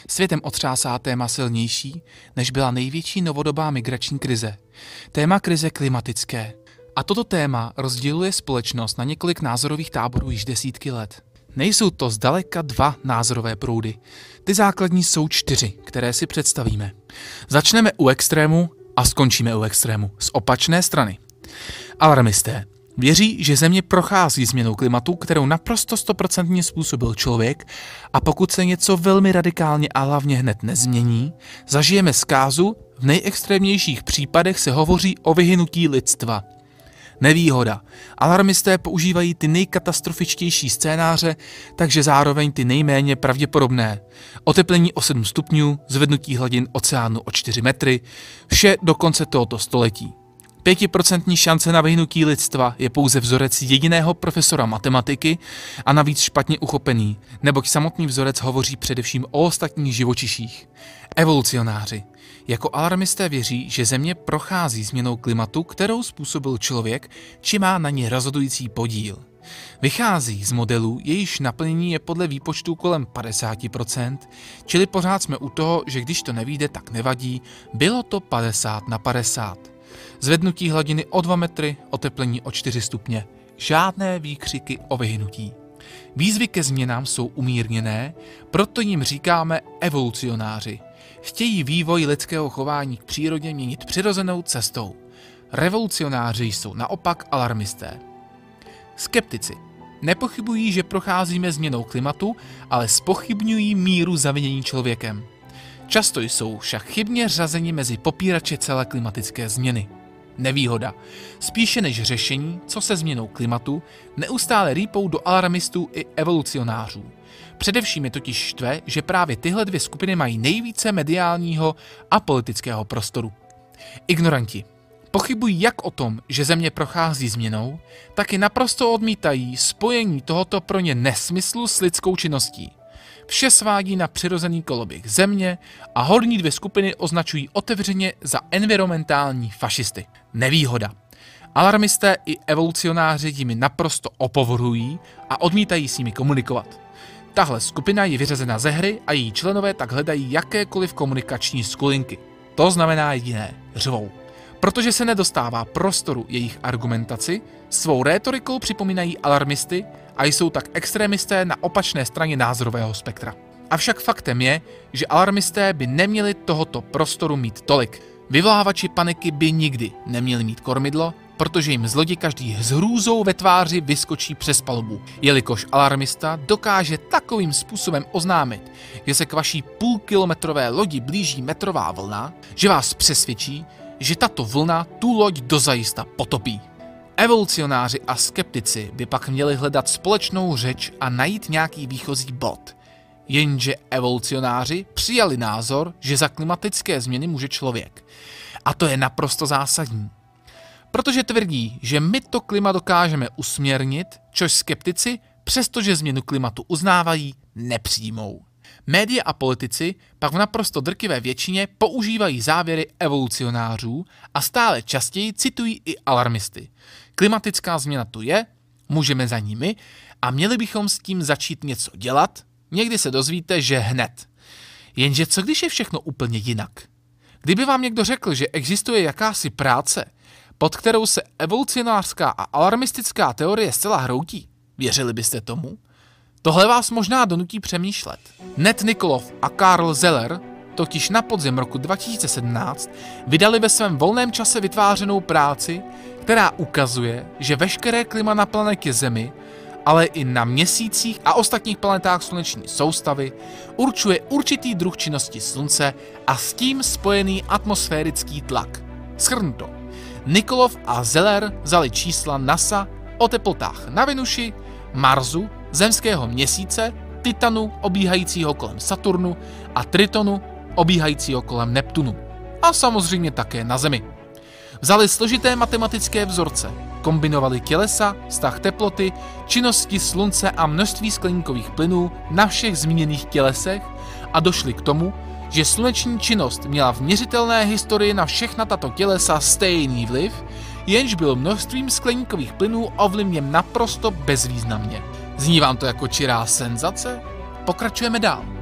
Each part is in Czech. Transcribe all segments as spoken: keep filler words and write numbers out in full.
Světem otřásá téma silnější, než byla největší novodobá migrační krize. Téma krize klimatické. A toto téma rozděluje společnost na několik názorových táborů již desítky let. Nejsou to zdaleka dva názorové proudy. Ty základní jsou čtyři, které si představíme. Začneme u extrému a skončíme u extrému, z opačné strany. Alarmisté věří, že Země prochází změnou klimatu, kterou naprosto stoprocentně způsobil člověk, a pokud se něco velmi radikálně a hlavně hned nezmění, zažijeme zkázu, v nejextrémnějších případech se hovoří o vyhynutí lidstva. Nevýhoda. Alarmisté používají ty nejkatastrofičtější scénáře, takže zároveň ty nejméně pravděpodobné. Oteplení o sedm stupňů, zvednutí hladin oceánu o čtyři metry, vše do konce tohoto století. Pětiprocentní šance na vyhnutí lidstva je pouze vzorec jediného profesora matematiky a navíc špatně uchopený, neboť samotný vzorec hovoří především o ostatních živočiších. Evolucionáři. Jako alarmisté věří, že Země prochází změnou klimatu, kterou způsobil člověk, či má na ně rozhodující podíl. Vychází z modelů, jejichž naplnění je podle výpočtů kolem padesát procent, čili pořád jsme u toho, že když to nevyjde, tak nevadí, bylo to padesát na padesát. Zvednutí hladiny o dva metry, oteplení o čtyři stupně. Žádné výkřiky o vyhynutí. Výzvy ke změnám jsou umírněné, proto jim říkáme evolucionáři. Chtějí vývoj lidského chování k přírodě měnit přirozenou cestou. Revolucionáři jsou naopak alarmisté. Skeptici. Nepochybují, že procházíme změnou klimatu, ale zpochybňují míru zavinění člověkem. Často jsou však chybně řazeni mezi popírače celé klimatické změny. Nevýhoda. Spíše než řešení, co se změnou klimatu, neustále rýpou do alarmistů i evolucionářů. Především je totiž štve, že právě tyhle dvě skupiny mají nejvíce mediálního a politického prostoru. Ignoranti. Pochybují jak o tom, že Země prochází změnou, tak i naprosto odmítají spojení tohoto pro ně nesmyslu s lidskou činností. Vše svádí na přirozený koloběh Země a horní dvě skupiny označují otevřeně za environmentální fašisty. Nevýhoda. Alarmisté i evolucionáři jimi naprosto opovrhují a odmítají s nimi komunikovat. Tahle skupina je vyřazena ze hry a její členové tak hledají jakékoliv komunikační skulinky. To znamená jediné – řvou. Protože se nedostává prostoru jejich argumentaci, svou rétorikou připomínají alarmisty a jsou tak extrémisté na opačné straně názorového spektra. Avšak faktem je, že alarmisté by neměli tohoto prostoru mít tolik. Vyvolávači paniky by nikdy neměli mít kormidlo, protože jim z lodi každý s hrůzou ve tváři vyskočí přes palubu, jelikož alarmista dokáže takovým způsobem oznámit, že se k vaší půlkilometrové lodi blíží metrová vlna, že vás přesvědčí, že tato vlna tu loď dozajista potopí. Evolucionáři a skeptici by pak měli hledat společnou řeč a najít nějaký výchozí bod. Jenže evolucionáři přijali názor, že za klimatické změny může člověk. A to je naprosto zásadní. Protože tvrdí, že my to klima dokážeme usměrnit, což skeptici, přestože změnu klimatu uznávají, nepřijmou. Média a politici pak v naprosto drtivé většině používají závěry evolucionářů a stále častěji citují i alarmisty. Klimatická změna tu je, můžeme za nimi a měli bychom s tím začít něco dělat. Někdy se dozvíte, že hned. Jenže co když je všechno úplně jinak? Kdyby vám někdo řekl, že existuje jakási práce, pod kterou se evolucionářská a alarmistická teorie zcela hroutí, věřili byste tomu? Tohle vás možná donutí přemýšlet. Ned Nikolov a Karl Zeller totiž na podzim roku dva tisíce sedmnáct vydali ve svém volném čase vytvářenou práci, která ukazuje, že veškeré klima na planetě Zemi, ale i na měsících a ostatních planetách sluneční soustavy určuje určitý druh činnosti Slunce a s tím spojený atmosférický tlak. Shrnu to. Nikolov a Zeller vzali čísla NASA o teplotách na Venuši, Marsu, zemského měsíce, Titanu obíhajícího kolem Saturnu a Tritonu obíhajícího kolem Neptunu. A samozřejmě také na Zemi. Vzali složité matematické vzorce, kombinovali tělesa, vztah teploty, činnosti Slunce a množství skleníkových plynů na všech zmíněných tělesech a došli k tomu, že sluneční činnost měla v měřitelné historii na všechna tato tělesa stejný vliv, jenž byl množstvím skleníkových plynů ovlivněn naprosto bezvýznamně. Zní vám to jako čirá senzace? Pokračujeme dál.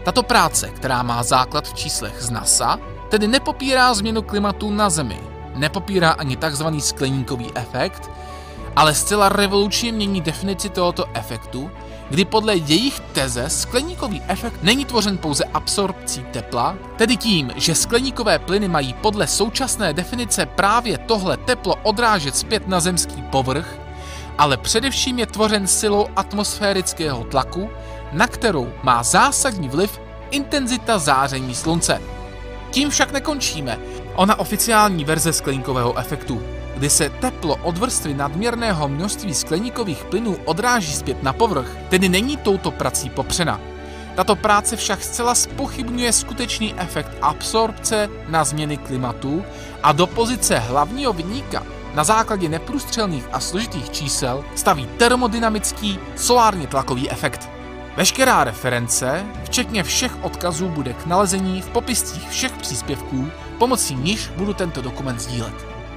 Tato práce, která má základ v číslech z NASA, tedy nepopírá změnu klimatu na Zemi, nepopírá ani tzv. Skleníkový efekt, ale zcela revolučně mění definici tohoto efektu, kdy podle jejich teze skleníkový efekt není tvořen pouze absorpcí tepla, tedy tím, že skleníkové plyny mají podle současné definice právě tohle teplo odrážet zpět na zemský povrch, ale především je tvořen silou atmosférického tlaku, na kterou má zásadní vliv intenzita záření slunce. Tím však nekončíme. Ona oficiální verze skleníkového efektu, kdy se teplo od vrstvy nadměrného množství skleníkových plynů odráží zpět na povrch, tedy není touto prací popřena. Tato práce však zcela zpochybňuje skutečný efekt absorpce na změny klimatu a do pozice hlavního viníka na základě neprůstřelných a složitých čísel staví termodynamický solárně tlakový efekt. Veškerá reference, včetně všech odkazů, bude k nalezení v popiscích všech příspěvků, pomocí níž budu tento dokument sdílet.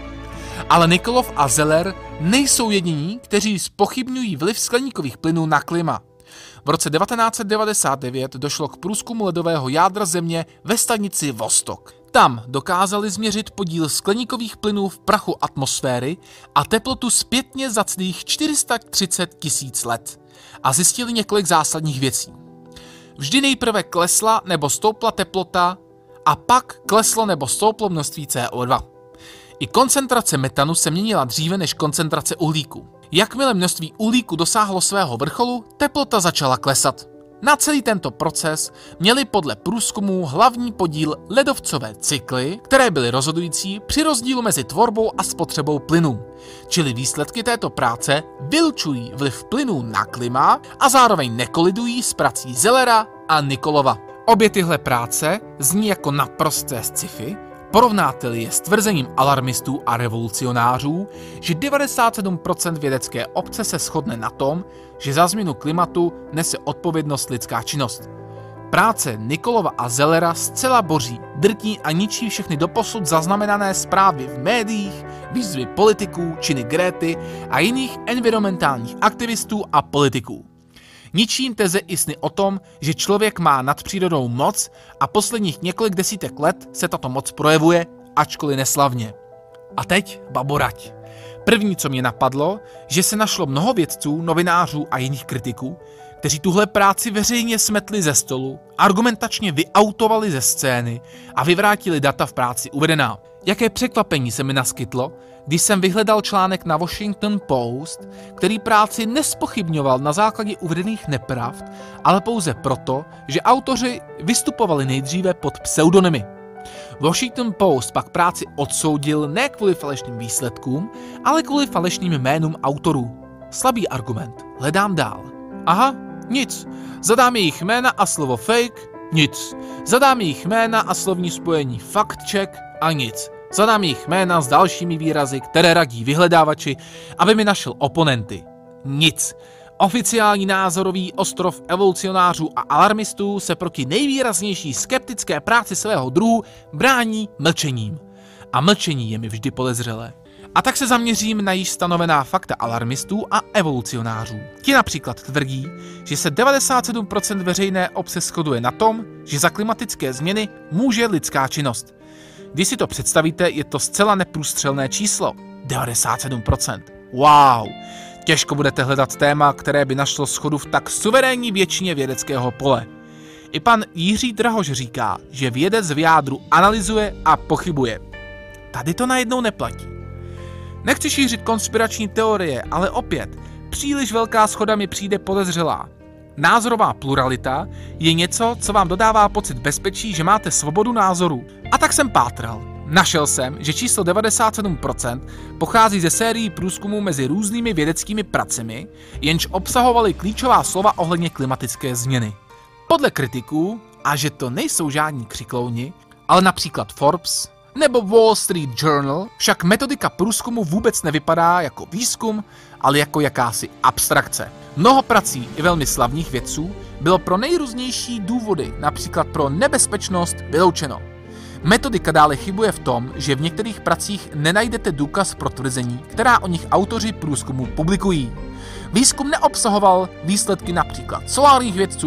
Ale Nikolov a Zeller nejsou jediní, kteří zpochybňují vliv skleníkových plynů na klima. V roce devatenáct set devadesát devět došlo k průzkumu ledového jádra Země ve stanici Vostok. Tam dokázali změřit podíl skleníkových plynů v prachu atmosféry a teplotu zpětně za celých čtyři sta třicet tisíc let. A zjistili několik zásadních věcí. Vždy nejprve klesla nebo stoupla teplota a pak kleslo nebo stouplo množství C O dva. I koncentrace metanu se měnila dříve než koncentrace uhlíku. Jakmile množství uhlíku dosáhlo svého vrcholu, teplota začala klesat. Na celý tento proces měly podle průzkumů hlavní podíl ledovcové cykly, které byly rozhodující při rozdílu mezi tvorbou a spotřebou plynů. Čili výsledky této práce vylučují vliv plynů na klima a zároveň nekolidují s prací Zellera a Nikolova. Obě tyhle práce zní jako naprosté sci-fi, porovnáte-li je s tvrzením alarmistů a revolucionářů, že devadesát sedm procent vědecké obce se shodne na tom, že za změnu klimatu nese odpovědnost lidská činnost. Práce Nikolova a Zellera zcela boří, drtí a ničí všechny doposud zaznamenané zprávy v médiích, výzvy politiků, činy Gréty a jiných environmentálních aktivistů a politiků. Ničím teze i sny o tom, že člověk má nad přírodou moc a posledních několik desítek let se tato moc projevuje, ačkoliv neslavně. A teď baborať. První, co mě napadlo, že se našlo mnoho vědců, novinářů a jiných kritiků, kteří tuhle práci veřejně smetli ze stolu, argumentačně vyautovali ze scény a vyvrátili data v práci uvedená. Jaké překvapení se mi naskytlo, když jsem vyhledal článek na Washington Post, který práci nespochybňoval na základě uvedených nepravd, ale pouze proto, že autoři vystupovali nejdříve pod pseudonymy. Washington Post pak práci odsoudil ne kvůli falešným výsledkům, ale kvůli falešným jménům autorů. Slabý argument. Hledám dál. Aha, nic. Zadám jejich jména a slovo fake, nic. Zadám jejich jména a slovní spojení fact check a nic. Zadám jejich jména s dalšími výrazy, které radí vyhledávači, aby mi našel oponenty. Nic. Oficiální názorový ostrov evolucionářů a alarmistů se proti nejvýraznější skeptické práci svého druhu brání mlčením. A mlčení je mi vždy podezřelé. A tak se zaměřím na již stanovená fakta alarmistů a evolucionářů. Ti například tvrdí, že se devadesát sedm procent veřejné obce shoduje na tom, že za klimatické změny může lidská činnost. Když si to představíte, je to zcela neprůstřelné číslo. devadesát sedm procent. Wow! Těžko budete hledat téma, které by našlo shodu v tak suverénní většině vědeckého pole. I pan Jiří Drahoš říká, že vědec v jádru analyzuje a pochybuje. Tady to najednou neplatí. Nechci šířit konspirační teorie, ale opět, příliš velká shoda mi přijde podezřelá. Názorová pluralita je něco, co vám dodává pocit bezpečí, že máte svobodu názoru. A tak jsem pátral. Našel jsem, že číslo devadesát sedm procent pochází ze sérií průzkumů mezi různými vědeckými pracemi, jenž obsahovaly klíčová slova ohledně klimatické změny. Podle kritiků, a že to nejsou žádní křiklouni, ale například Forbes nebo Wall Street Journal, však metodika průzkumu vůbec nevypadá jako výzkum, ale jako jakási abstrakce. Mnoho prací i velmi slavných vědců bylo pro nejrůznější důvody, například pro nebezpečnost, vyloučeno. Metodika dále chybuje v tom, že v některých pracích nenajdete důkaz pro tvrzení, která o nich autoři průzkumu publikují. Výzkum neobsahoval výsledky například solárních vědců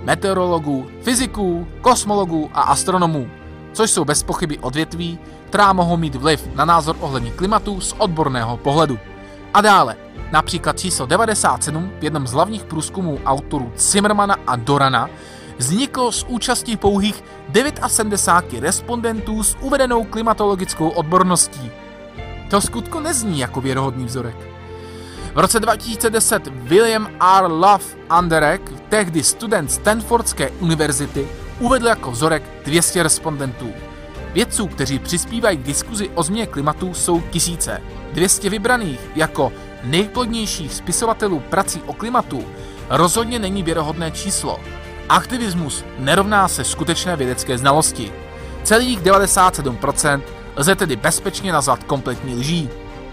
meteorologů, fyziků, kosmologů a astronomů, což jsou bez pochyby odvětví, která mohou mít vliv na názor ohledně klimatu z odborného pohledu. A dále, například číslo devadesát sedm v jednom z hlavních průzkumů autorů Zimmermana a Dorana vzniklo s účastí pouhých sedmdesát devět respondentů s uvedenou klimatologickou odborností. To skutku nezní jako věrohodný vzorek. V roce dva tisíce deset William R. Love Anderek, tehdy student Stanfordské univerzity, uvedl jako vzorek dvě stě respondentů. Vědců, kteří přispívají k diskuzi o změně klimatu, jsou tisíce. dvě stě vybraných jako nejplodnějších spisovatelů prací o klimatu rozhodně není věrohodné číslo. Aktivismus nerovná se skutečné vědecké znalosti. Celých devadesát sedm procent lze tedy bezpečně nazvat kompletní lží.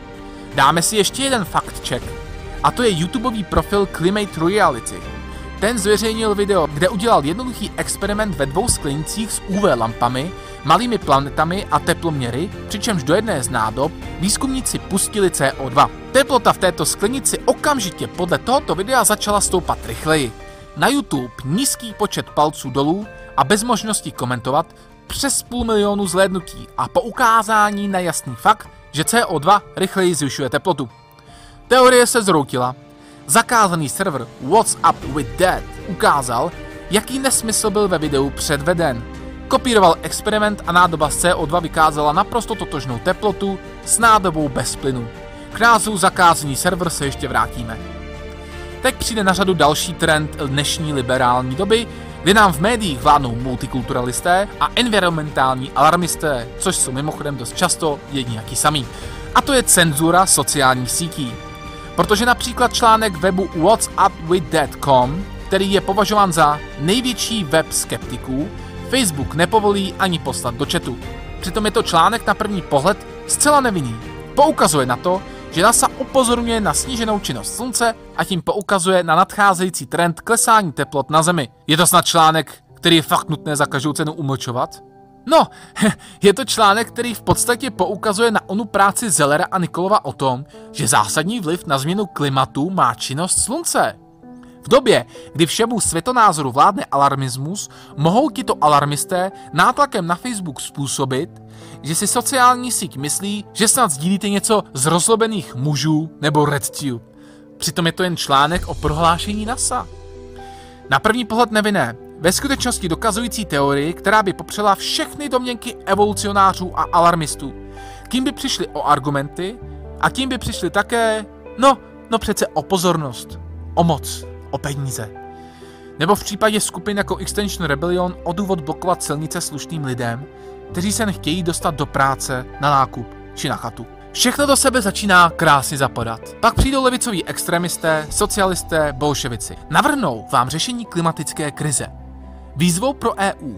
Dáme si ještě jeden fact check, a to je YouTubeový profil Climate Reality. Ten zveřejnil video, kde udělal jednoduchý experiment ve dvou sklenicích s U V lampami, malými planetami a teploměry, přičemž do jedné z nádob výzkumníci pustili C O dva. Teplota v této sklenici okamžitě podle tohoto videa začala stoupat rychleji. Na YouTube nízký počet palců dolů a bez možnosti komentovat, přes půl milionu zhlédnutí a po ukázání na jasný fakt, že C O dva rychleji zvyšuje teplotu. Teorie se zroutila. Zakázaný server What's Up With That ukázal, jaký nesmysl byl ve videu předveden. Kopíroval experiment a nádoba z C O dva vykázala naprosto totožnou teplotu s nádobou bez plynu. K názvu zakázaný server se ještě vrátíme. Teď přijde na řadu další trend dnešní liberální doby, kdy nám v médiích vládnou multikulturalisté a environmentální alarmisté, což jsou mimochodem dost často jedni jaký samý. A to je cenzura sociálních sítí. Protože například článek webu what's up with that tečka com, který je považován za největší web skeptiků, Facebook nepovolí ani poslat do chatu. Přitom je to článek na první pohled zcela nevinný. Poukazuje na to, že NASA upozorňuje na sníženou činnost slunce a tím poukazuje na nadcházející trend klesání teplot na Zemi. Je to snad článek, který je fakt nutné za každou cenu umlčovat? No, je to článek, který v podstatě poukazuje na onu práci Zellera a Nikolova o tom, že zásadní vliv na změnu klimatu má činnost slunce. V době, kdy všemu světonázoru vládne alarmismus, mohou tito alarmisté nátlakem na Facebook způsobit, že si sociální síť myslí, že snad sdílíte něco z rozlobených mužů nebo RedTube. Přitom je to jen článek o prohlášení NASA. Na první pohled nevinné, ve skutečnosti dokazující teorii, která by popřela všechny domněnky evolucionářů a alarmistů. Kým by přišli o argumenty a tím by přišli také, no, no přece o pozornost, o moc, o peníze. Nebo v případě skupin jako Extinction Rebellion o důvod blokovat silnice slušným lidem, kteří se nechtějí dostat do práce, na nákup či na chatu. Všechno do sebe začíná krásně zapadat. Pak přijdou levicoví extremisté, socialisté, bolševici. Navrhnou vám řešení klimatické krize. Výzvou pro E U.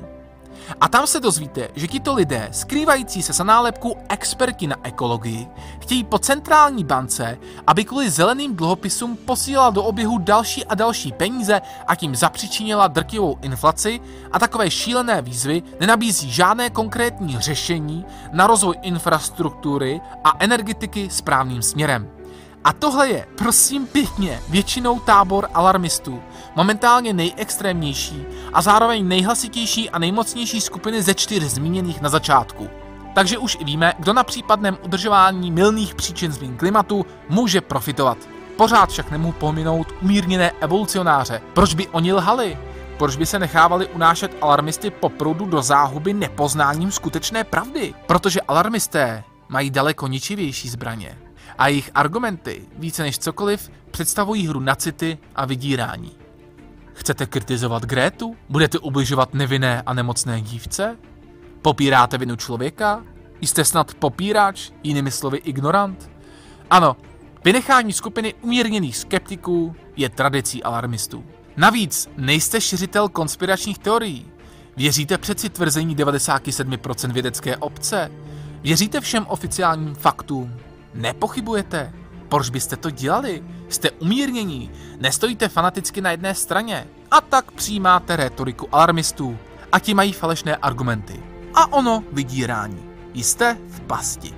A tam se dozvíte, že tito lidé, skrývající se za nálepku experti na ekologii, chtějí po centrální bance, aby kvůli zeleným dluhopisům posílala do oběhu další a další peníze a tím zapříčinila drtivou inflaci, a takové šílené výzvy nenabízí žádné konkrétní řešení na rozvoj infrastruktury a energetiky správným směrem. A tohle je, prosím pěkně, většinou tábor alarmistů, momentálně nejextrémnější a zároveň nejhlasitější a nejmocnější skupiny ze čtyř zmíněných na začátku. Takže už i víme, kdo na případném udržování mylných příčin změn klimatu může profitovat. Pořád však nemůžu pominout umírněné evolucionáře. Proč by oni lhali? Proč by se nechávali unášet alarmisty po proudu do záhuby nepoznáním skutečné pravdy? Protože alarmisté mají daleko ničivější zbraně. A jejich argumenty, více než cokoliv, představují hru na city a vydírání. Chcete kritizovat Grétu? Budete ubližovat nevinné a nemocné dívce? Popíráte vinu člověka? Jste snad popírač, jinými slovy ignorant? Ano, vynechání skupiny umírněných skeptiků je tradicí alarmistů. Navíc nejste šiřitel konspiračních teorií. Věříte přeci tvrzení devadesát sedm procent vědecké obce? Věříte všem oficiálním faktům? Nepochybujete? Proč byste to dělali? Jste umírnění, nestojíte fanaticky na jedné straně a tak přijímáte rétoriku alarmistů a ti mají falešné argumenty. A ono vydírání. Jste v pasti.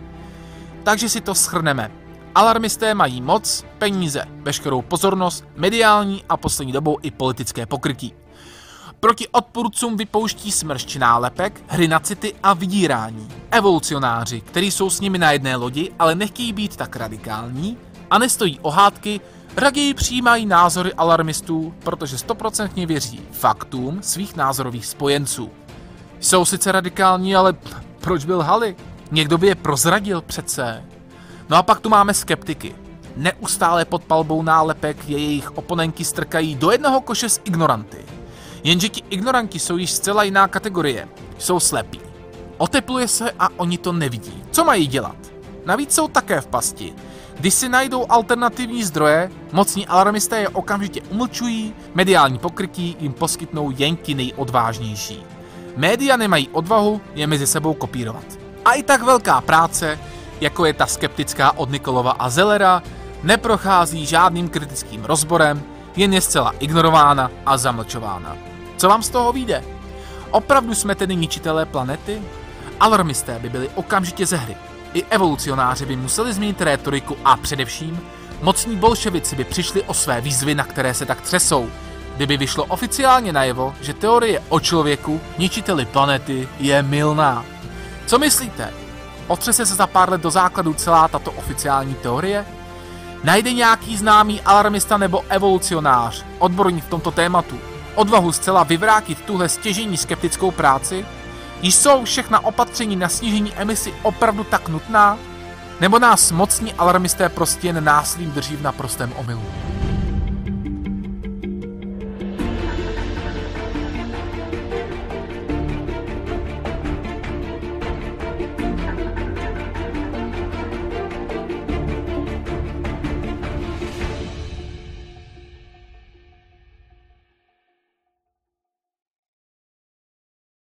Takže si to shrneme. Alarmisté mají moc, peníze, veškerou pozornost, mediální a poslední dobou i politické pokrytí. Proti odpůrcům vypouští smršť nálepek, hrinacity a vydírání. Evolucionáři, kteří jsou s nimi na jedné lodi, ale nechtějí být tak radikální a nestojí o hádky, raději přijímají názory alarmistů, protože stoprocentně věří faktům svých názorových spojenců. Jsou sice radikální, ale proč by lhali? Někdo by je prozradil přece. No a pak tu máme skeptiky. Neustále pod palbou nálepek je jejich oponenti strkají do jednoho koše s ignoranty. Jenže ti ignoranti jsou již zcela jiná kategorie. Jsou slepí. Otepluje se a oni to nevidí. Co mají dělat? Navíc jsou také v pasti. Když si najdou alternativní zdroje, mocní alarmisté je okamžitě umlčují, mediální pokrytí jim poskytnou jen ti nejodvážnější. Média nemají odvahu je mezi sebou kopírovat. A i tak velká práce, jako je ta skeptická od Nikolova a Zellera, neprochází žádným kritickým rozborem, jen je zcela ignorována a zamlčována. Co vám z toho vyjde? Opravdu jsme tedy ničitelé planety? Alarmisté by byli okamžitě ze hry. I evolucionáři by museli změnit rétoriku a především mocní bolševici by přišli o své výzvy, na které se tak třesou. Kdyby vyšlo oficiálně najevo, že teorie o člověku, ničiteli planety, je mylná. Co myslíte? Otřese se za pár let do základu celá tato oficiální teorie? Najde nějaký známý alarmista nebo evolucionář, odborník v tomto tématu, odvahu zcela vyvrátit tuhle stěžejní skeptickou práci? Jsou všechna opatření na snížení emisí opravdu tak nutná? Nebo nás mocní alarmisté prostě jen násilím drží v naprostém omylu?